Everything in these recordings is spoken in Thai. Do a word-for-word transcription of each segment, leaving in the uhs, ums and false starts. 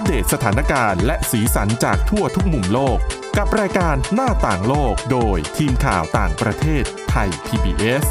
เดตสถานการณ์และสีสันจากทั่วทุกมุมโลกกับรายการหน้าต่างโลกโดยทีมข่าวต่างประเทศไทย พี บี เอส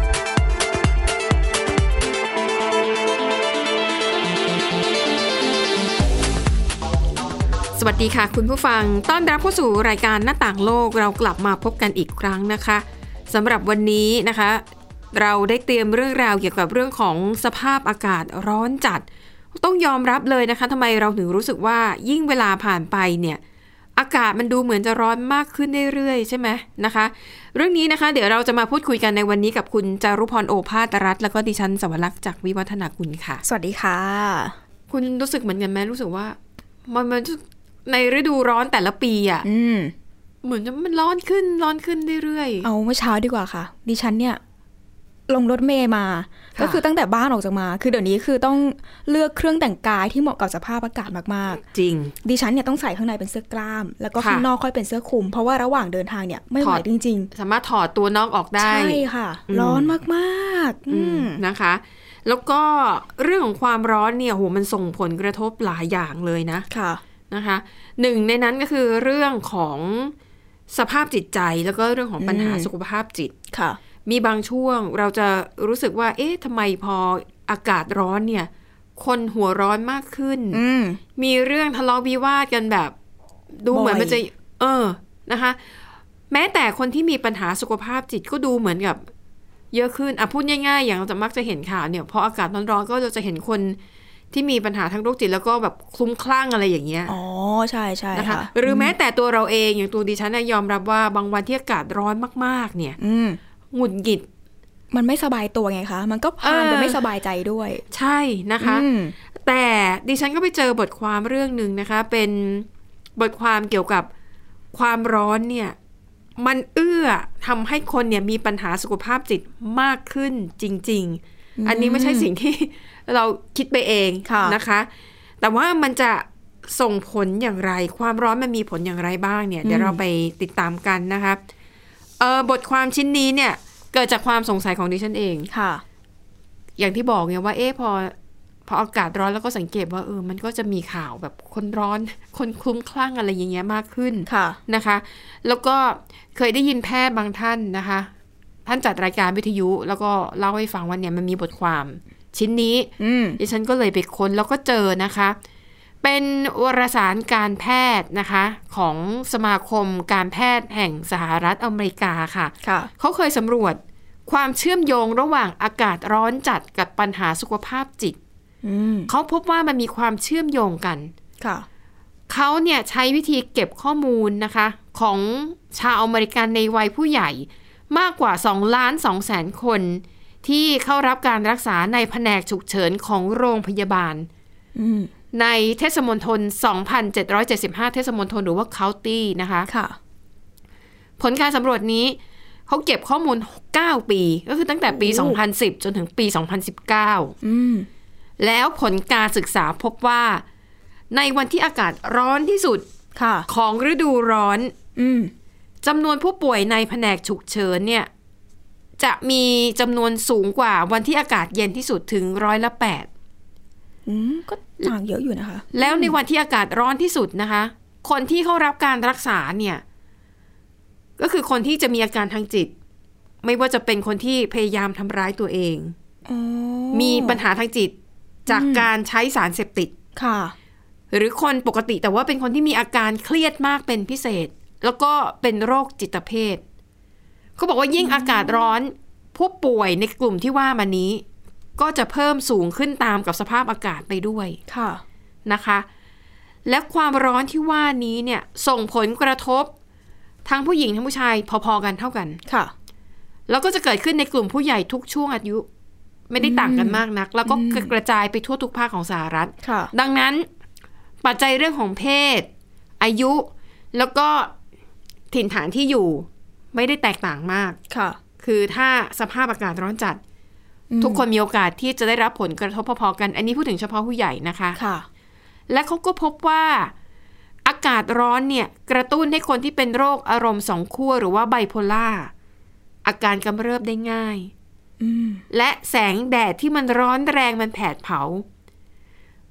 สวัสดีค่ะคุณผู้ฟังต้อนรับเข้าสู่รายการหน้าต่างโลกเรากลับมาพบกันอีกครั้งนะคะสำหรับวันนี้นะคะเราได้เตรียมเรื่องราวเกี่ยวกับเรื่องของสภาพอากาศร้อนจัดต้องยอมรับเลยนะคะทำไมเราถึงรู้สึกว่ายิ่งเวลาผ่านไปเนี่ยอากาศมันดูเหมือนจะร้อนมากขึ้นเรื่อยๆใช่ไหมนะคะเรื่องนี้นะคะเดี๋ยวเราจะมาพูดคุยกันในวันนี้กับคุณจารุพรโอภาสรัตน์แล้วก็ดิฉันสวรักษ์จากวิวัฒนากุลค่ะสวัสดีค่ะคุณรู้สึกเหมือนกันไหมรู้สึกว่ามันมันในฤดูร้อนแต่ละปีอ่ะเหมือนจะมันร้อนขึ้นร้อนขึ้นเรื่อยๆเอาเมื่อเช้าดีกว่าค่ะดิฉันเนี่ยลงรถเมล์มาก็คือตั้งแต่บ้านออกจากมาคือเดี๋ยวนี้คือต้องเลือกเครื่องแต่งกายที่เหมาะกับสภาพอากาศมากๆจริงดิฉันเนี่ยต้องใส่ข้างในเป็นเสื้อกล้ามแล้วก็ข้างนอกค่อยเป็นเสื้อคลุมเพราะว่าระหว่างเดินทางเนี่ยไม่ไหวจริงๆสามารถถอดตัวนอกออกได้ใช่ค่ะร้อนมากๆนะคะแล้วก็เรื่องของความร้อนเนี่ยโหมันส่งผลกระทบหลายอย่างเลยนะค่ะนะคะหนึ่งในนั้นก็คือเรื่องของสภาพจิตใจแล้วก็เรื่องของปัญหาสุขภาพจิตค่ะมีบางช่วงเราจะรู้สึกว่าเอ๊ะทำไมพออากาศร้อนเนี่ยคนหัวร้อนมากขึ้นมมีเรื่องทะเลาะวิวาทกันแบบดูเหมือนมันจะเออนะคะแม้แต่คนที่มีปัญหาสุขภาพจิตก็ดูเหมือนกับเยอะขึ้นอ่ะพูดง่ายๆอย่างเราจะมักจะเห็นข่าวเนี่ยพออากาศร้อนๆก็เราจะเห็นคนที่มีปัญหาทั้งโรคจิตแล้วก็แบบคลุ้มคลั่งอะไรอย่างเงี้ยอ๋อใช่ใช่นะคะหรือแม้แต่ตัวเราเองอย่างตัวดิฉันยอมรับว่าบางวันที่อากาศร้อนมากๆเนี่ยหงุดหงิดมันไม่สบายตัวไงคะมันก็พานไปไม่สบายใจด้วยใช่นะคะแต่ดิฉันก็ไปเจอบทความเรื่องนึงนะคะเป็นบทความเกี่ยวกับความร้อนเนี่ยมันเอื้อทำให้คนเนี่ยมีปัญหาสุขภาพจิตมากขึ้นจริงๆอันนี้ไม่ใช่สิ่งที่เราคิดไปเองนะคะแต่ว่ามันจะส่งผลอย่างไรความร้อนมันมีผลอย่างไรบ้างเนี่ยเดี๋ยวเราไปติดตามกันนะคะเอ่อบทความชิ้นนี้เนี่ยเกิดจากความสงสัยของดิฉันเองค่ะอย่างที่บอกไงว่าเอ๊ะพอพออากาศร้อนแล้วก็สังเกตว่าเออมันก็จะมีข่าวแบบคนร้อนคนคลุ้มคลั่งอะไรอย่างเงี้ยมากขึ้นนะคะแล้วก็เคยได้ยินแพทย์บางท่านนะคะท่านจัดรายการวิทยุแล้วก็เล่าให้ฟังว่าเนี่ยมันมีบทความชิ้นนี้ดิฉันก็เลยไปค้นแล้วก็เจอนะคะเป็นวารสารการแพทย์นะคะของสมาคมการแพทย์แห่งสหรัฐอเมริกาค่ะเขาเคยสำรวจความเชื่อมโยงระหว่างอากาศร้อนจัดกับปัญหาสุขภาพจิตเขาพบว่ามันมีความเชื่อมโยงกันเขาเนี่ยใช้วิธีเก็บข้อมูลนะคะของชาวอเมริกันในวัยผู้ใหญ่มากกว่าสองล้านสองแสนคนที่เข้ารับการรักษาในแผนกฉุกเฉินของโรงพยาบาลในเทศมณฑล สองพันเจ็ดร้อยเจ็ดสิบห้า เทศมณฑลหรือว่า county นะคะผลการสำรวจนี้เขาเก็บข้อมูลเก้าปีก็คือตั้งแต่ปีสองพันสิบจนถึงปีสองพันสิบเก้าแล้วผลการศึกษาพบว่าในวันที่อากาศร้อนที่สุดของฤดูร้อนจำนวนผู้ป่วยในแผนกฉุกเฉินเนี่ยจะมีจำนวนสูงกว่าวันที่อากาศเย็นที่สุดถึงร้อยละแปดก็ต่างเยอะอยู่นะคะแล้วในวันที่อากาศร้อนที่สุดนะคะคนที่เข้ารับการรักษาเนี่ยก็คือคนที่จะมีอาการทางจิตไม่ว่าจะเป็นคนที่พยายามทำร้ายตัวเองมีปัญหาทางจิตจากการใช้สารเสพติดค่ะหรือคนปกติแต่ว่าเป็นคนที่มีอาการเครียดมากเป็นพิเศษแล้วก็เป็นโรคจิตเภทเขาบอกว่ายิ่งอากาศร้อนผู้ป่วยในกลุ่มที่ว่ามานี้ก็จะเพิ่มสูงขึ้นตามกับสภาพอากาศไปด้วยค่ะนะคะและความร้อนที่ว่านี้เนี่ยส่งผลกระทบทั้งผู้หญิงทั้งผู้ชายพอๆกันเท่ากันค่ะแล้วก็จะเกิดขึ้นในกลุ่มผู้ใหญ่ทุกช่วงอายุไม่ได้ต่างกันมากนักแล้วก็กระจายไปทั่วทุกภาคของสหรัฐดังนั้นปัจจัยเรื่องของเพศอายุแล้วก็ถิ่นฐานที่อยู่ไม่ได้แตกต่างมากค่ะคือถ้าสภาพอากาศร้อนจัดทุกคนมีโอกาสที่จะได้รับผลกระทบพอๆกันอันนี้พูดถึงเฉพาะผู้ใหญ่นะคะค่ะและเขาก็พบว่าอากาศร้อนเนี่ยกระตุ้นให้คนที่เป็นโรคอารมณ์สองขั้วหรือว่าไบโพล่าอาการกำเริบได้ง่ายและแสงแดดที่มันร้อนแรงมันแผดเผา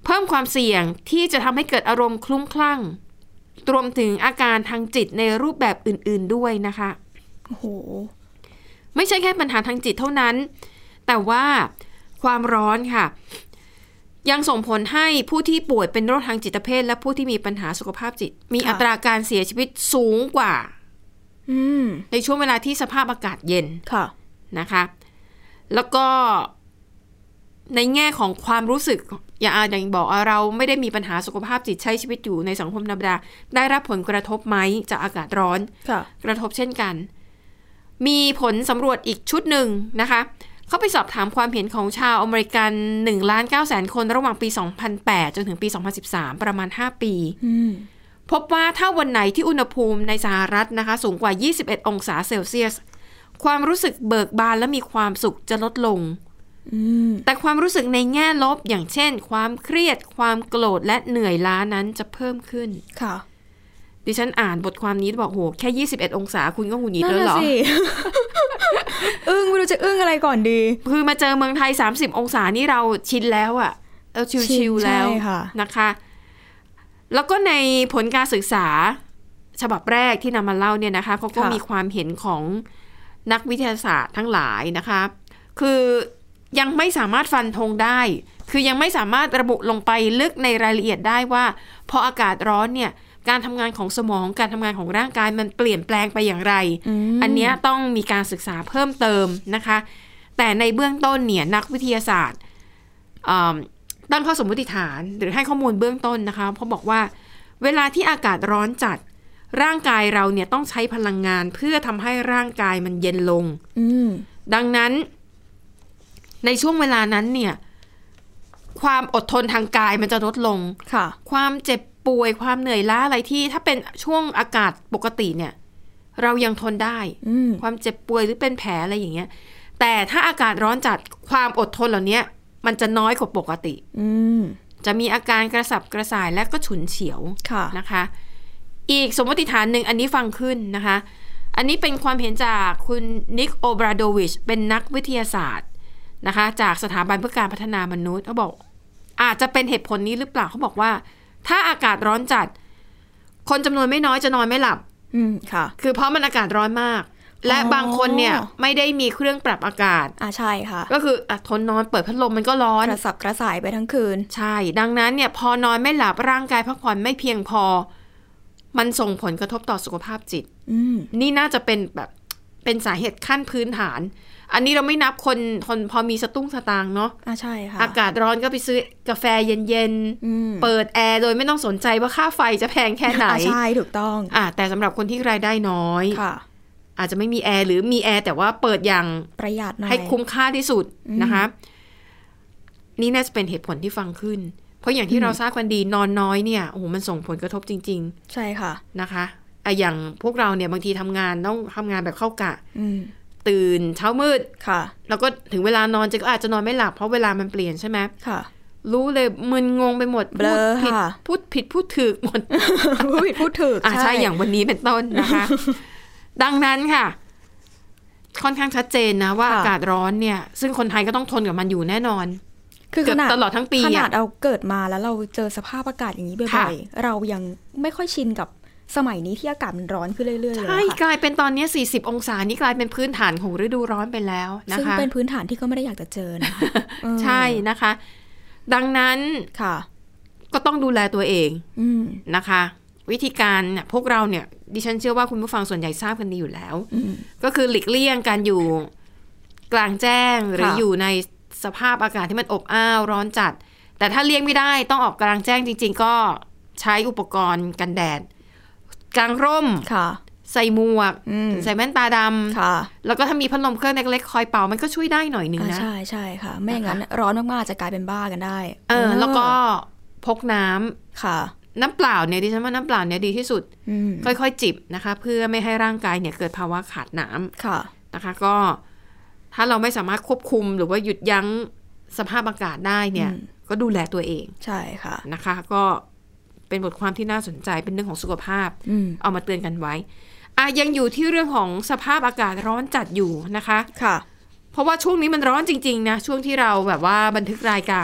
เพิ่มความเสี่ยงที่จะทำให้เกิดอารมณ์คลุ้มคลั่งรวมถึงอาการทางจิตในรูปแบบอื่นๆด้วยนะคะโอ้โหไม่ใช่แค่ปัญหาทางจิตเท่านั้นแต่ว่าความร้อนค่ะยังส่งผลให้ผู้ที่ป่วยเป็นโรคทางจิตเภทและผู้ที่มีปัญหาสุขภาพจิตมีอัตราการเสียชีวิตสูงกว่าในช่วงเวลาที่สภาพอากาศเย็นนะคะแล้วก็ในแง่ของความรู้สึกอย่างอย่างบอกเราไม่ได้มีปัญหาสุขภาพจิตใช้ชีวิตอยู่ในสังคมธรรมดาได้รับผลกระทบไหมจากอากาศร้อนกระทบเช่นกันมีผลสำรวจอีกชุดหนึ่งนะคะเขาไปสอบถามความเห็นของชาวอเมริกัน หนึ่งล้านเก้าแสน คนระหว่างปี สองพันแปด จนถึงปี สองพันสิบสาม ประมาณ ห้า ปีพบว่าถ้าวันไหนที่อุณหภูมิในสหรัฐนะคะสูงกว่า ยี่สิบเอ็ด องศาเซลเซียสความรู้สึกเบิกบานและมีความสุขจะลดลงแต่ความรู้สึกในแง่ลบอย่างเช่นความเครียดความโกรธและเหนื่อยล้านั้นจะเพิ่มขึ้นค่ะดิฉันอ่านบทความนี้บอกโหแค่ยี่สิบเอ็ดองศาคุณก็หงุดหงิดแล้วเหรออึ้งไม่รู้จะอึ้งอะไรก่อนดีคือมาเจอเมืองไทยสามสิบองศานี่เราชินแล้วอ่ะเราชิลๆแล้วนะคะแล้วก็ในผลการศึกษาฉบับแรกที่นำมาเล่าเนี่ยนะคะเขาก็มีความเห็นของนักวิทยาศาสตร์ทั้งหลายนะคะคือยังไม่สามารถฟันธงได้คือยังไม่สามารถระบุลงไปลึกในรายละเอียดได้ว่าพออากาศร้อนเนี่ยการทำงานของสมองการทำงานของร่างกายมันเปลี่ยนแปลงไปอย่างไร อ, อันนี้ต้องมีการศึกษาเพิ่มเติมนะคะแต่ในเบื้องต้นเนี่ยนักวิทยาศาสตร์ตั้งข้อสมมติฐานหรือให้ข้อมูลเบื้องต้นนะคะเพราะบอกว่าเวลาที่อากาศร้อนจัดร่างกายเราเนี่ยต้องใช้พลังงานเพื่อทำให้ร่างกายมันเย็นลงดังนั้นในช่วงเวลานั้นเนี่ยความอดทนทางกายมันจะลดลงค่ะความเจ็บป่วยความเหนื่อยล้าอะไรที่ถ้าเป็นช่วงอากาศปกติเนี่ยเรายังทนได้ความเจ็บป่วยหรือเป็นแผลอะไรอย่างเงี้ยแต่ถ้าอากาศร้อนจัดความอดทนเหล่านี้มันจะน้อยกว่าปกติจะมีอาการกระสับกระส่ายและก็ฉุนเฉียวนะคะอีกสมมติฐานหนึ่งอันนี้ฟังขึ้นนะคะอันนี้เป็นความเห็นจากคุณนิกโอบราโดวิชเป็นนักวิทยาศาสตร์นะคะจากสถาบันเพื่อการพัฒนามนุษย์เขาบอกอาจจะเป็นเหตุผลนี้หรือเปล่าเขาบอกว่าถ้าอากาศร้อนจัดคนจำนวนไม่น้อยจะนอนไม่หลับอืมค่ะคือเพราะมันอากาศร้อนมากและบางคนเนี่ยไม่ได้มีเครื่องปรับอากาศอ่าใช่ค่ะก็คืออ่ะทนนอนเปิดพัดลมมันก็ร้อนกระสับกระส่ายไปทั้งคืนใช่ดังนั้นเนี่ยพอนอนไม่หลับร่างกายพักผ่อนไม่เพียงพอมันส่งผลกระทบต่อสุขภาพจิตนี่น่าจะเป็นแบบเป็นสาเหตุขั้นพื้นฐานอันนี้เราไม่นับคนคนพอมีสตุ้งสตางค์เนาะอ่าใช่ค่ะอากาศร้อนก็ไปซื้อกาแฟเย็นๆเปิดแอร์โดยไม่ต้องสนใจว่าค่าไฟจะแพงแค่ไหนใช่ถูกต้องอ่าแต่สำหรับคนที่รายได้น้อยค่ะอาจจะไม่มีแอร์หรือมีแอร์แต่ว่าเปิดอย่างประหยัดหน่อยให้คุ้มค่าที่สุดนะคะนี่น่าจะเป็นเหตุผลที่ฟังขึ้นเพราะอย่างที่เราทราบกันดีนอนน้อยเนี่ยโอ้โหมันส่งผลกระทบจริงๆใช่ค่ะนะคะอ่ะอย่างพวกเราเนี่ยบางทีทำงานต้องทำงานแบบเข้ากะตื่นเช้ามืดค่ะแล้วก็ถึงเวลานอนจะก็อาจจะนอนไม่หลับเพราะเวลามันเปลี่ยนใช่ไหมค่ะรู้เลยมึนงงไปหมดพูดผิดพูดผิดพูดถูกหมดพูดผิดพูดถูกอ่ะใช่อย่างวันนี้เป็นต้นนะคะดังนั้นค่ะค่อนข้างชัดเจนนะว่าอากาศร้อนเนี่ยซึ่งคนไทยก็ต้องทนกับมันอยู่แน่นอนคือขนาดตลอดทั้งปีขนาดเราเกิดมาแล้วเราเจอสภาพอากาศอย่างนี้บ่อยๆเรายังไม่ค่อยชินกับสมัยนี้ที่อากาศมันร้อนขึ้นเรื่อยๆเลยใช่กลายเป็นตอนนี้สี่สิบองศานี่กลายเป็นพื้นฐานของฤดูร้อนไปแล้วนะคะซึ่งเป็นพื้นฐานที่ก็ไม่ได้อยากจะเจอนะคะใช่นะคะดังนั้นค่ะก็ต้องดูแลตัวเองนะคะวิธีการเนี่ยพวกเราเนี่ยดิฉันเชื่อว่าคุณผู้ฟังส่วนใหญ่ทราบกันดีอยู่แล้วก็คือหลีกเลี่ยงการอยู่กลางแจ้งหรืออยู่ในสภาพอากาศที่มันอบอ้าวร้อนจัดแต่ถ้าเลี่ยงไม่ได้ต้องออกกลางแจ้งจริงๆก็ใช้อุปกรณ์กันแดดกางร่มใส่หมวกใส่แว่นตาดำแล้วก็ถ้ามีพัดลมเครื่องเล็กๆคอยเป่ามันก็ช่วยได้หน่อยนึงนะใช่ใช่ค่ะไม่งั้นร้อนมากๆจะกลายเป็นบ้ากันได้เออแล้วก็พกน้ำค่ะน้ำเปล่าเนี่ยดิฉันว่าน้ำเปล่าเนี่ยดีที่สุดค่อยๆจิบนะคะเพื่อไม่ให้ร่างกายเนี่ยเกิดภาวะขาดน้ำค่ะนะคะก็ถ้าเราไม่สามารถควบคุมหรือว่าหยุดยั้งสภาพอากาศได้เนี่ยก็ดูแลตัวเองใช่ค่ะนะคะก็เป็นบทความที่น่าสนใจเป็นเรื่องของสุขภาพเอามาเตือนกันไว้อ่ะยังอยู่ที่เรื่องของสภาพอากาศร้อนจัดอยู่นะคะค่ะเพราะว่าช่วงนี้มันร้อนจริงๆนะช่วงที่เราแบบว่าบันทึกรายการ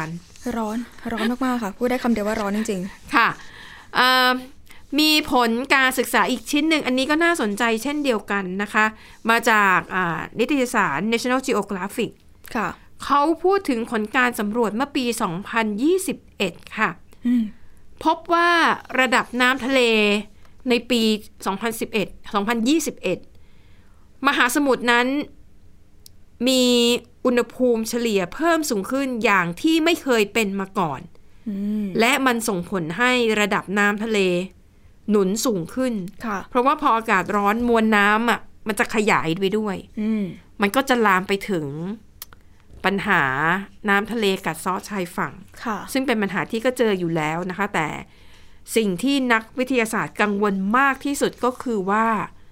ร้อนร้อนมากๆค่ะพูดได้คำเดียวว่าร้อนจริงๆค่ะมีผลการศึกษาอีกชิ้นหนึ่งอันนี้ก็น่าสนใจเช่นเดียวกันนะคะมาจากนิตยสาร National Geographic ค่ะเขาพูดถึงผลการสำรวจเมื่อปีสองพันยี่สิบเอ็ดค่ะพบว่าระดับน้ำทะเลในปีสองพันสิบเอ็ด สองพันยี่สิบเอ็ดมหาสมุทรนั้นมีอุณหภูมิเฉลี่ยเพิ่มสูงขึ้นอย่างที่ไม่เคยเป็นมาก่อนและมันส่งผลให้ระดับน้ำทะเลหนุนสูงขึ้นเพราะว่าพออากาศร้อนมวลน้ำอ่ะมันจะขยายไปด้วยมันก็จะลามไปถึงปัญหาน้ำทะเลกัดเซาะชายฝั่งซึ่งเป็นปัญหาที่ก็เจออยู่แล้วนะคะแต่สิ่งที่นักวิทยาศาสตร์กังวลมากที่สุดก็คือว่า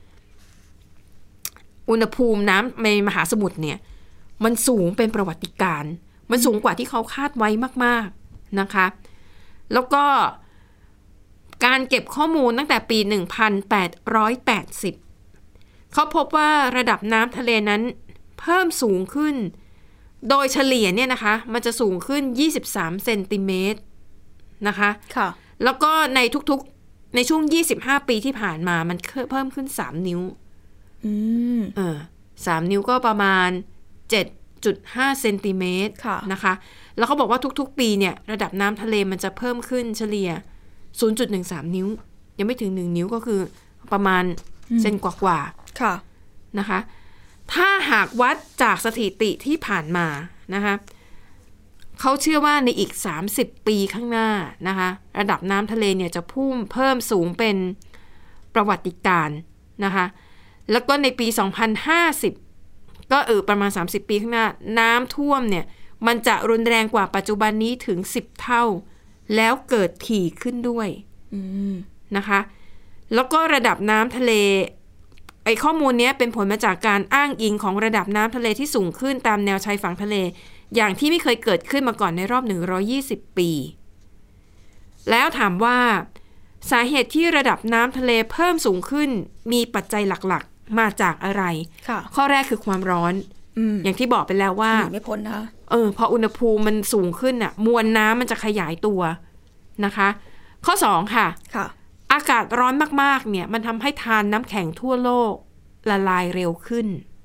อุณหภูมิน้ำในมหาสมุทรเนี่ยมันสูงเป็นประวัติการณ์มันสูงกว่าที่เขาคาดไว้มากๆนะคะแล้วก็การเก็บข้อมูลตั้งแต่ปีหนึ่งพันแปดร้อยแปดสิบเขาพบว่าระดับน้ำทะเลนั้นเพิ่มสูงขึ้นโดยเฉลี่ยเนี่ยนะคะมันจะสูงขึ้นยี่สิบสามเซนติเมตรนะคะค่ะแล้วก็ในทุกๆในช่วงยี่สิบห้าปีที่ผ่านมามันเพิ่มขึ้นสามนิ้วอืมเออสามนิ้วก็ประมาณ เจ็ดจุดห้า เซนติเมตรนะคะแล้วเขาบอกว่าทุกๆปีเนี่ยระดับน้ำทะเลมันจะเพิ่มขึ้นเฉลี่ย ศูนย์จุดหนึ่งสาม นิ้วยังไม่ถึงหนึ่งนิ้วก็คือประมาณเซนกว่าๆค่ะนะคะถ้าหากวัดจากสถิติที่ผ่านมานะคะเขาเชื่อว่าในอีกสามสิบปีข้างหน้านะคะระดับน้ำทะเลเนี่ยจะพุ่งเพิ่มสูงเป็นประวัติการณ์นะคะแล้วก็ในปีสองพันห้าสิบก็เออประมาณสามสิบปีข้างหน้าน้ำท่วมเนี่ยมันจะรุนแรงกว่าปัจจุบันนี้ถึงสิบเท่าแล้วเกิดถี่ขึ้นด้วยนะคะแล้วก็ระดับน้ำทะเลไอ้ข้อมูลนี้เป็นผลมาจากการอ้างอิงของระดับน้ำทะเลที่สูงขึ้นตามแนวชายฝั่งทะเลอย่างที่ไม่เคยเกิดขึ้นมาก่อนในรอบหนึ่งร้อยยี่สิบปีแล้วถามว่าสาเหตุที่ระดับน้ำทะเลเพิ่มสูงขึ้นมีปัจจัยหลักๆมาจากอะไรข้อแรกคือความร้อนอย่างที่บอกไปแล้วว่าหนีไม่พ้นนะเออพออุณหภูมิมันสูงขึ้นน่ะมวลน้ำมันจะขยายตัวนะคะข้อสองค่ะค่ะอากาศร้อนมากๆเนี่ยมันทำให้ทานน้ำแข็งทั่วโลกละลายเร็วขึ้น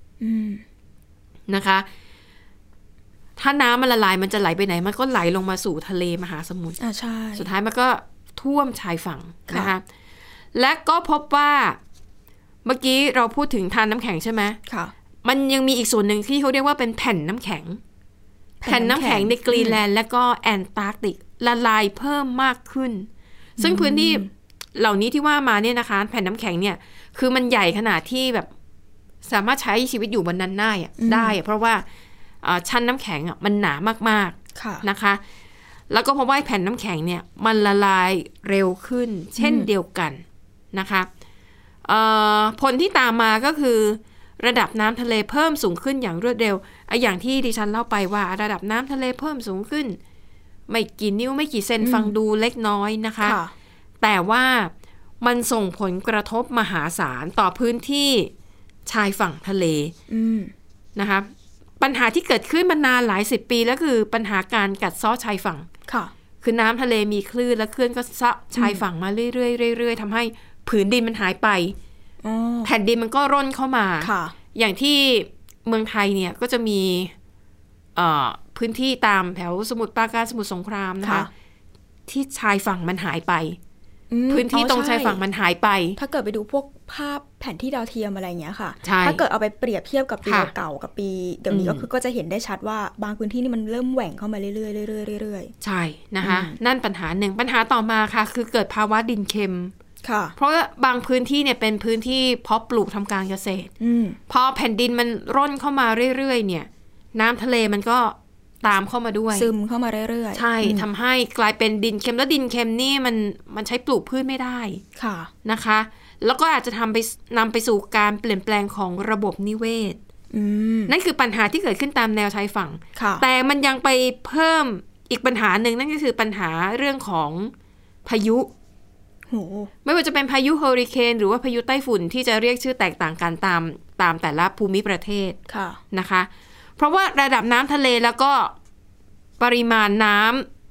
นะคะถ้าน้ำมันละลายมันจะไหลไปไหนมันก็ไหลลงมาสู่ทะเลมหาสมุทรอ่าใช่สุดท้ายมันก็ท่วมชายฝั่งนะคะและก็พบว่าเมื่อกี้เราพูดถึงทานน้ำแข็งใช่ไหมค่ะมันยังมีอีกส่วนหนึ่งที่เขาเรียกว่าเป็นแผ่นน้ำแข็งแผ่นน้ำแข็งในกรีนแลนด์และก็แอนตาร์กติกละลายเพิ่มมากขึ้นซึ่งพื้นที่เหล่านี้ที่ว่ามาเนี่ยนะคะแผ่นน้ำแข็งเนี่ยคือมันใหญ่ขนาดที่แบบสามารถใช้ชีวิตอยู่บนนั้นได้ได้เพราะว่าชั้นน้ำแข็งมันหนามากๆนะคะแล้วก็เพราะว่าแผ่นน้ำแข็งเนี่ยมันละลายเร็วขึ้นเช่นเดียวกันนะคะผลที่ตามมาก็คือระดับน้ำทะเลเพิ่มสูงขึ้นอย่างรวดเร็วอย่างที่ดิฉันเล่าไปว่าระดับน้ำทะเลเพิ่มสูงขึ้นไม่กี่นิ้วไม่กี่เซนฟังดูเล็กน้อยนะคะแต่ว่ามันส่งผลกระทบมหาศาลต่อพื้นที่ชายฝั่งทะเลนะคะปัญหาที่เกิดขึ้นมานานหลายสิบปีแล้วคือปัญหาการกัดเซาะชายฝั่งคือน้ำทะเลมีคลื่นและคลื่นก็เซาะชายฝั่งมาเรื่อยๆเรื่อยๆทำให้ผืนดินมันหายไปแผ่นดินมันก็ร่นเข้ามาอย่างที่เมืองไทยเนี่ยก็จะมีพื้นที่ตามแถวสมุทรปราการสมุทรสงครามนะคะที่ชายฝั่งมันหายไปพื้นที่ตรงชายฝั่งมันหายไปถ้าเกิดไปดูพวกภาพแผนที่ดาวเทียมอะไรอย่างเงี้ยค่ะถ้าเกิดเอาไปเปรียบเทียบกับปีเก่ากับปีเดี๋ยวนี้ก็คือก็จะเห็นได้ชัดว่าบางพื้นที่นี่มันเริ่มแหว่งเข้ามาเรื่อยๆเรื่อยๆเรื่อยๆใช่นะคะนั่นปัญหาหนึ่งปัญหาต่อมาค่ะคือเกิดภาวะดินเค็มเพราะว่าบางพื้นที่เนี่ยเป็นพื้นที่เพาะปลูกทำการเกษตรพอแผ่นดินมันร่นเข้ามาเรื่อยๆเนี่ยน้ำทะเลมันก็ตามเข้ามาด้วยซึมเข้ามาเรื่อยๆใช่ทำให้กลายเป็นดินเค็มแล้วดินเค็มนี่มันมันใช้ปลูกพืชไม่ได้ค่ะนะคะแล้วก็อาจจะทำไปนำไปสู่การเปลี่ยนแปลงของระบบนิเวศนั่นคือปัญหาที่เกิดขึ้นตามแนวชายฝั่งแต่มันยังไปเพิ่มอีกปัญหาหนึ่งนั่นก็คือปัญหาเรื่องของพายุไม่ว่าจะเป็นพายุเฮอริเคนหรือว่าพายุไต้ฝุ่นที่จะเรียกชื่อแตกต่างกันตามตามแต่ละภูมิประเทศนะคะเพราะว่าระดับน้ำทะเลแล้วก็ปริมาณน้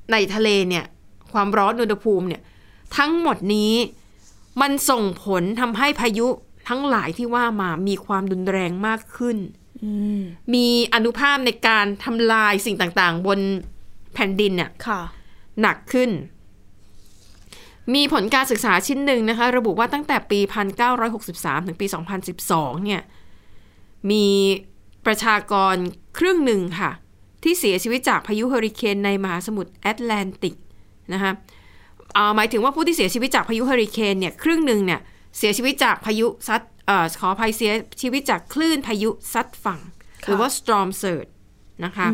ในทะเลเนี่ยความร้อนอุณหภูมิเนี่ยทั้งหมดนี้มันส่งผลทำให้พายุทั้งหลายที่ว่ามามีความรุนแรงมากขึ้นมีอานุภาพในการทำลายสิ่งต่างๆบนแผ่นดินเนี่ยหนักขึ้นมีผลการศึกษาชิ้นหนึ่งนะคะระบุว่าตั้งแต่ปีหนึ่งพันเก้าร้อยหกสิบสามถึงปีสองพันสิบสองเนี่ยมีประชากรครึ่งหนึ่งค่ะที่เสียชีวิตจากพายุเฮอริเคนในมหาสมุทรแอตแลนติกนะคะหมายถึงว่าผู้ที่เสียชีวิตจากพายุเฮอริเคนเนี่ยครึ่งหนึ่งเนี่ยเสียชีวิตจากพายุซัดเอ่อขออภัยเสียชีวิตจากคลื่นพายุซัดฝั่งหรือว่า storm surge นะคะ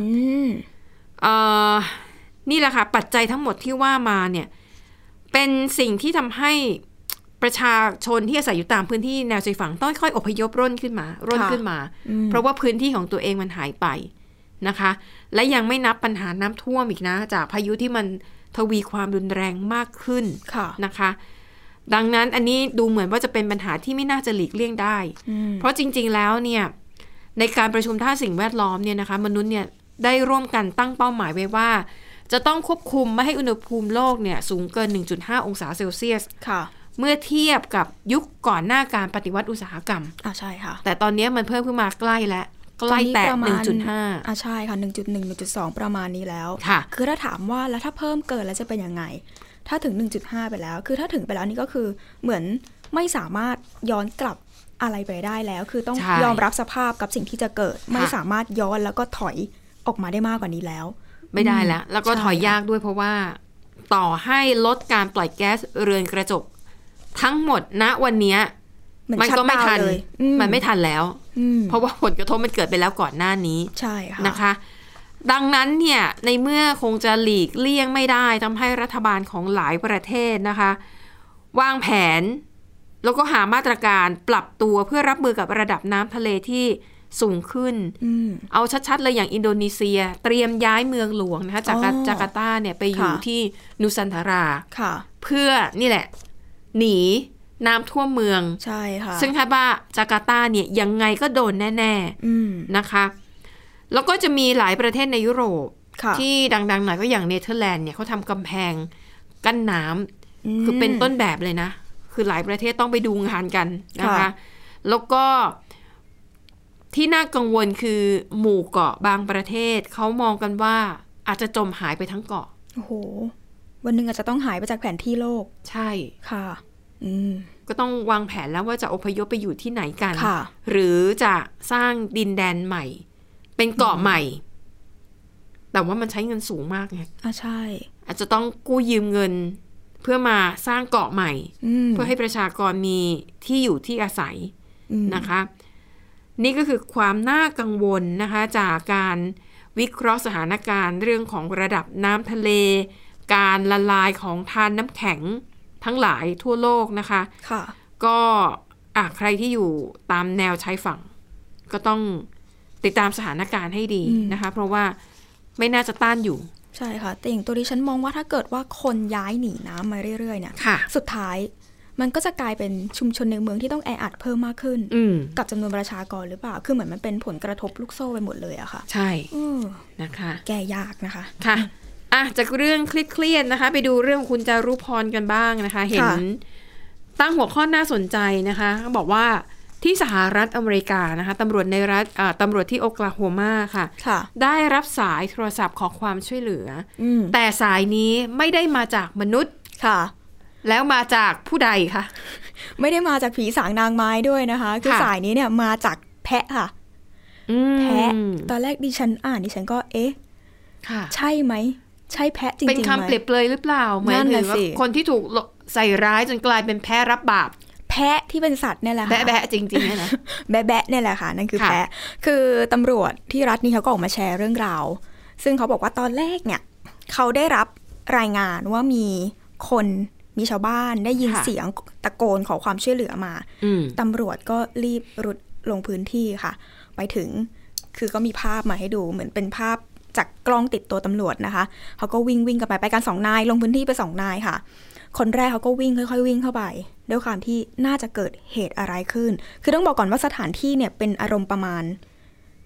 นี่แหละค่ะปัจจัยทั้งหมดที่ว่ามาเนี่ยเป็นสิ่งที่ทำให้ประชาชนที่อาศัยอยู่ตามพื้นที่แนวชายฝั่งต้องค่อยอพยพร่นขึ้นมาร่นขึ้นมาเพราะว่าพื้นที่ของตัวเองมันหายไปนะคะและยังไม่นับปัญหาน้ำท่วมอีกนะจากพายุที่มันทวีความรุนแรงมากขึ้นนะคะดังนั้นอันนี้ดูเหมือนว่าจะเป็นปัญหาที่ไม่น่าจะหลีกเลี่ยงได้เพราะจริงๆแล้วเนี่ยในการประชุมด้านสิ่งแวดล้อมเนี่ยนะคะมนุษย์เนี่ยได้ร่วมกันตั้งเป้าหมายไว้ว่าจะต้องควบคุมไม่ให้อุณหภูมิโลกเนี่ยสูงเกิน หนึ่งจุดห้า องศาเซลเซียสเมื่อเทียบกับยุคก่อนหน้าการปฏิวัติอุตสาหกรรมอ่าใช่ค่ะแต่ตอนนี้มันเพิ่มขึ้นมาใกล้แล้วใกล้แตะ หนึ่งจุดห้าอ่าใช่ค่ะ หนึ่งจุดหนึ่ง หนึ่งจุดสอง ประมาณนี้แล้วคือถ้าถามว่าแล้วถ้าเพิ่มเกินแล้วจะเป็นยังไงถ้าถึง หนึ่งจุดห้า ไปแล้วคือถ้าถึงไปแล้วนี่ก็คือเหมือนไม่สามารถย้อนกลับอะไรไปได้แล้วคือต้องยอมรับสภาพกับสิ่งที่จะเกิดไม่สามารถย้อนแล้วก็ถอยออกมาได้มากกว่านี้แล้วไม่ได้แล้วแล้วก็ถอยยากด้วยเพราะว่าต่อให้ลดการปล่อยแก๊สเรือนกระจกทั้งหมดณวันนี้มันก็ไม่ทันมันไม่ทันแล้วเพราะว่าผลกระทบมันเกิดไปแล้วก่อนหน้านี้ใช่ค่ะนะคะดังนั้นเนี่ยในเมื่อคงจะหลีกเลี่ยงไม่ได้ทำให้รัฐบาลของหลายประเทศนะคะวางแผนแล้วก็หามาตรการปรับตัวเพื่อรับมือกับระดับน้ำทะเลที่สูงขึ้นเอาชัดๆเลยอย่างอินโดนีเซียเตรียมย้ายเมืองหลวงนะคะจากจาการ์ตาเนี่ยไปอยู่ที่นูซันทาราเพื่อนี่แหละหนีน้ำท่วมเมืองใช่ค่ะซึ่งถ้าว่าจาการ์ตาเนี่ยยังไงก็โดนแน่ๆนะคะแล้วก็จะมีหลายประเทศในยุโรปที่ดังๆหน่อยก็อย่างเนเธอร์แลนด์เนี่ยเขาทำกำแพงกั้นน้ำคือเป็นต้นแบบเลยนะคือหลายประเทศต้องไปดูงานกันนะคะแล้วก็ที่น่ากังวลคือหมู่เกาะบางประเทศเขามองกันว่าอาจจะจมหายไปทั้งเกาะโอ้โหวันหนึ่งอาจจะต้องหายไปจากแผนที่โลกใช่ค่ะอืมก็ต้องวางแผนแล้วว่าจะอพยพไปอยู่ที่ไหนกันหรือจะสร้างดินแดนใหม่เป็นเกาะใหม่แต่ว่ามันใช้เงินสูงมากไงอ่ะใช่อาจจะต้องกู้ยืมเงินเพื่อมาสร้างเกาะใหม่เพื่อให้ประชากรมีที่อยู่ที่อาศัยนะคะนี่ก็คือความน่ากังวลนะคะจากการวิเคราะห์สถานการณ์เรื่องของระดับน้ำทะเลการละลายของธารน้ำแข็งทั้งหลายทั่วโลกนะคะค่ะก็อ่ะใครที่อยู่ตามแนวชายฝั่งก็ต้องติดตามสถานการณ์ให้ดีนะคะเพราะว่าไม่น่าจะต้านอยู่ใช่ค่ะแต่อย่างตัวดิฉันมองว่าถ้าเกิดว่าคนย้ายหนีน้ำมาเรื่อยๆเนี่ยสุดท้ายมันก็จะกลายเป็นชุมชนในเมืองที่ต้องแออัดเพิ่มมากขึ้นกับจำนวนประชากรหรือเปล่าคือเหมือนมันเป็นผลกระทบลูกโซ่ไปหมดเลยอะค่ะใช่นะคะแก้ยากนะคะค่ะอ่ะจากเรื่องเครียดๆนะคะไปดูเรื่องคุณจารุพรกันบ้างนะคะเห็นตั้งหัวข้อน่าสนใจนะคะบอกว่าที่สหรัฐอเมริกานะคะตำรวจในรัฐตำรวจที่โอคลาโฮมาค่ะได้รับสายโทรศัพท์ขอความช่วยเหลือแต่สายนี้ไม่ได้มาจากมนุษย์ค่ะแล้วมาจากผู้ใดคะไม่ได้มาจากผีสางนางไม้ด้วยนะคะคือสายนี้เนี่ยมาจากแพะค่ะแพะตอนแรกดิฉันอ่านดิฉันก็เอ๊ะใช่ไหมใช่แพะจริงๆไหมเป็นคำเปรียบเปรยหรือเปล่าเหมือนว่าคนที่ถูกใส่ร้ายจนกลายเป็นแพะรับบาปแพะที่เป็นสัตว์เนี่ยแหละค่ะแบะๆจริงๆนะแบะๆเนี่ยแหละค่ะนั่นคือแพะคือตำรวจที่รัฐนี้เขาก็ออกมาแชร์เรื่องราวซึ่งเขาบอกว่าตอนแรกเนี่ยเขาได้รับรายงานว่ามีคนมีชาวบ้านได้ยินเสียงตะโกนขอความช่วยเหลือมาตำรวจก็รีบรุดลงพื้นที่ค่ะไปถึงคือก็มีภาพมาให้ดูเหมือนเป็นภาพจากกล้องติดตัวตำรวจนะคะเขาก็วิ่งวิ่งกันไปไปกันสองนายลงพื้นที่ไปสองนายค่ะคนแรกเขาก็วิ่งค่อยๆวิ่งเข้าไปด้วยความที่น่าจะเกิดเหตุอะไรขึ้นคือต้องบอกก่อนว่าสถานที่เนี่ยเป็นอารมณ์ประมาณ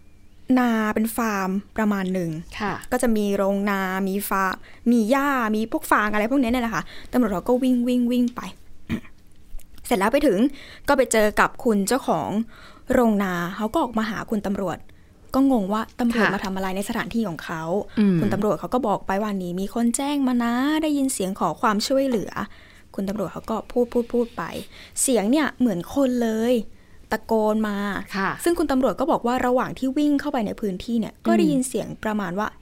นาเป็นฟาร์มประมาณหนึ่งก็จะมีโรงนามีฟาร์มมีหญ้ามีพวกฟางอะไรพวกนี้เนี่ยแหละค่ะตำรวจเราก็วิ่งวิ่งวิ่งไป เสร็จแล้วไปถึงก็ไปเจอกับคุณเจ้าของโรงนาเขาก็ออกมาหาคุณตำรวจก็งงว่าตำรวจมาทำอะไรในสถานที่ของเขาคุณตำรวจเขาก็บอกไปว่านี่มีคนแจ้งมานะได้ยินเสียงขอความช่วยเหลือคุณตำรวจเขาก็พูดพูดพูดไปเสียงเนี่ยเหมือนคนเลยตะโกนมาซึ่งคุณตำรวจก็บอกว่าระหว่างที่วิ่งเข้าไปในพื้นที่เนี่ยก็ได้ยินเสียงประมาณว่า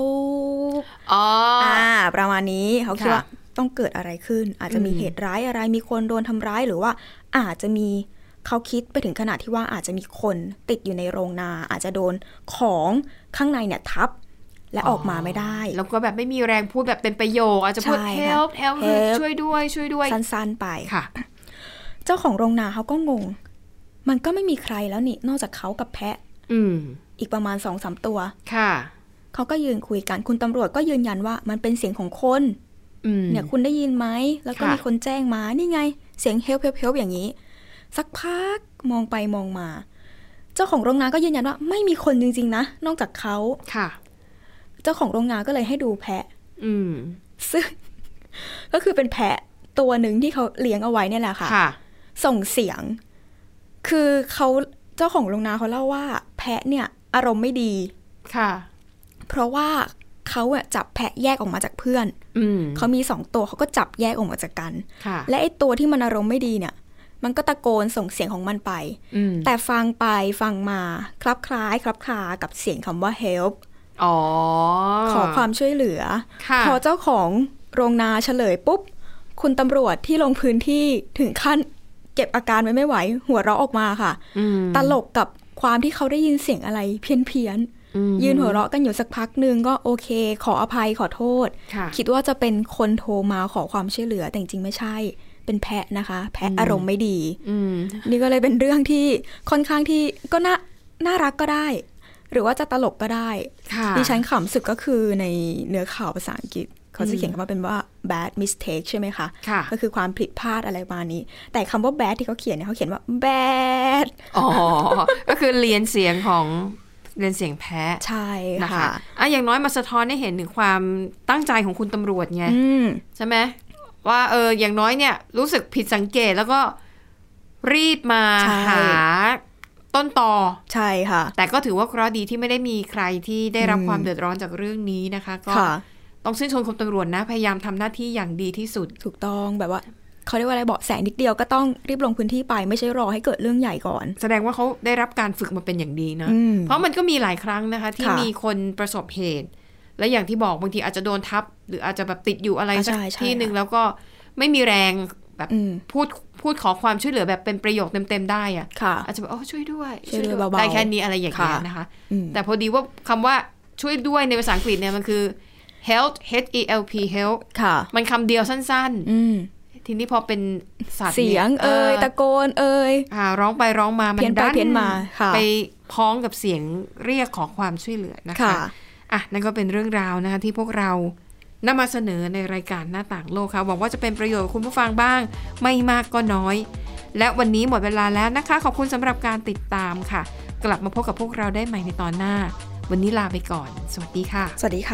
help อ๋ออ่าประมาณนี้เขาคิดว่าต้องเกิดอะไรขึ้นอาจจะมีเหตุร้ายอะไรมีคนโดนทำร้ายหรือว่าอาจจะมีเขาคิดไปถึงขนาดที่ว่าอาจจะมีคนติดอยู่ในโรงนาอาจจะโดนของข้างในเนี่ยทับและออกมาไม่ได้แล้วก็แบบไม่มีแรงพูดแบบเป็นประโยคอาจจะพูด help help ช่วยด้วยช่วยด้วยสั้นๆไปค่ะเจ้าของโรงนาเขาก็งงมันก็ไม่มีใครแล้วนี่นอกจากเขากับแพะอืมอีกประมาณ สองสาม ตัวค่ะเขาก็ยืนคุยกันคุณตำรวจก็ยืนยันว่ามันเป็นเสียงของคนเนี่ยคุณได้ยินไหมแล้วก็มีคนแจ้งมานี่ไงเสียง help help help อย่างนี้สักพักมองไปมองมาเจ้าของโรงงานก็ยืนยันว่าไม่มีคนจริงๆนะนอกจากเขาค่ะเจ้าของโรงงานก็เลยให้ดูแพะอืมซึ่งก็คือเป็นแพะตัวหนึ่งที่เขาเลี้ยงเอาไว้เนี่ยแหละค่ะส่งเสียงคือเขาเจ้าของโรงนาเขาเล่าว่าแพะเนี่ยอารมณ์ไม่ดีค่ะเพราะว่าเขาอะจับแพะแยกออกมาจากเพื่อนเขามีสองตัวเขาก็จับแยกออกมาจากกันและไอ้ตัวที่มันอารมณ์ไม่ดีเนี่ยมันก็ตะโกนส่งเสียงของมันไปแต่ฟังไปฟังมาคลับคล้ายคลับคลากับเสียงคำว่า help อ๋อขอความช่วยเหลือพอเจ้าของโรงนาเฉลยปุ๊บคุณตำรวจที่ลงพื้นที่ถึงขั้นเก็บอาการไว้ไม่ไหวหัวเราะออกมาค่ะตลกกับความที่เขาได้ยินเสียงอะไรเพี้ยนเพี้ยนยืนหัวเราะกันอยู่สักพักนึงก็โอเคขออภัยขอโทษคิดว่าจะเป็นคนโทรมาขอความช่วยเหลือแต่จริงๆไม่ใช่เป็นแพะนะคะแพะอารมณ์ไม่ดีนี่ก็เลยเป็นเรื่องที่ค่อนข้างที่ก็น่าน่ารักก็ได้หรือว่าจะตลกก็ได้ดิฉันขำสุดก็คือในเนื้อข่าวภาษาอังกฤษเขาจะเขียนคำว่าเป็นว่า bad mistake ใช่ไหมคะก็คือความผิดพลาดอะไรประมาณนี้แต่คำว่า bad ที่เขาเขียนเนี่ยเขาเขียนว่า bad อ๋อก็คือเรียนเสียงของเรียนเสียงแพะใช่นะคะอ่ะอย่างน้อยมาสะท้อนให้เห็นถึงความตั้งใจของคุณตำรวจไงใช่ไหมว่าเอออย่างน้อยเนี่ยรู้สึกผิดสังเกตแล้วก็รีบมาหาต้นตอใช่ค่ะแต่ก็ถือว่าเคราะห์ดีที่ไม่ได้มีใครที่ได้รับความเดือดร้อนจากเรื่องนี้นะคะก็ต้องชื่นชมคุณตำรวจนะพยายามทำหน้าที่อย่างดีที่สุดถูกต้องแบบว่าเขาเรียกว่าอะไรเบาะแสนิดเดียวก็ต้องรีบลงพื้นที่ไปไม่ใช่รอให้เกิดเรื่องใหญ่ก่อนแสดงว่าเขาได้รับการฝึกมาเป็นอย่างดีนะเพราะมันก็มีหลายครั้งนะคะที่มีคนประสบเหตุและอย่างที่บอกบางทีอาจจะโดนทับหรืออาจจะแบบติดอยู่อะไรสักที่นึงแล้วก็ไม่มีแรงแบบพูดพูดขอความช่วยเหลือแบบเป็นประโยคเต็มๆได้อะอาจจะแบบโอ้ช่วยด้วยช่วยด้วยได้แค่นี้อะไรอย่างเงี้ยนะคะแต่พอดีว่าคำว่าช่วยด้วยในภาษาอังกฤษเนี่ยมันคือ help h e l p help มันคำเดียวสั้นๆทีนี้พอเป็นสัตว์เสียงเอ่ยตะโกนเอ่ยร้องไปร้องมามันดันไปพ้องกับเสียงเรียกขอความช่วยเหลือนะคะอ่ะนั่นก็เป็นเรื่องราวนะคะที่พวกเรานำมาเสนอในรายการหน้าต่างโลกค่ะหวังว่าจะเป็นประโยชน์กับคุณผู้ฟังบ้างไม่มากก็น้อยและวันนี้หมดเวลาแล้วนะคะขอบคุณสำหรับการติดตามค่ะกลับมาพบกับพวกเราได้ใหม่ในตอนหน้าวันนี้ลาไปก่อนสวัสดีค่ะสวัสดีค่ะ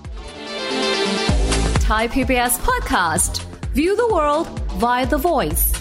Thai พี บี เอส Podcast View the world via the voice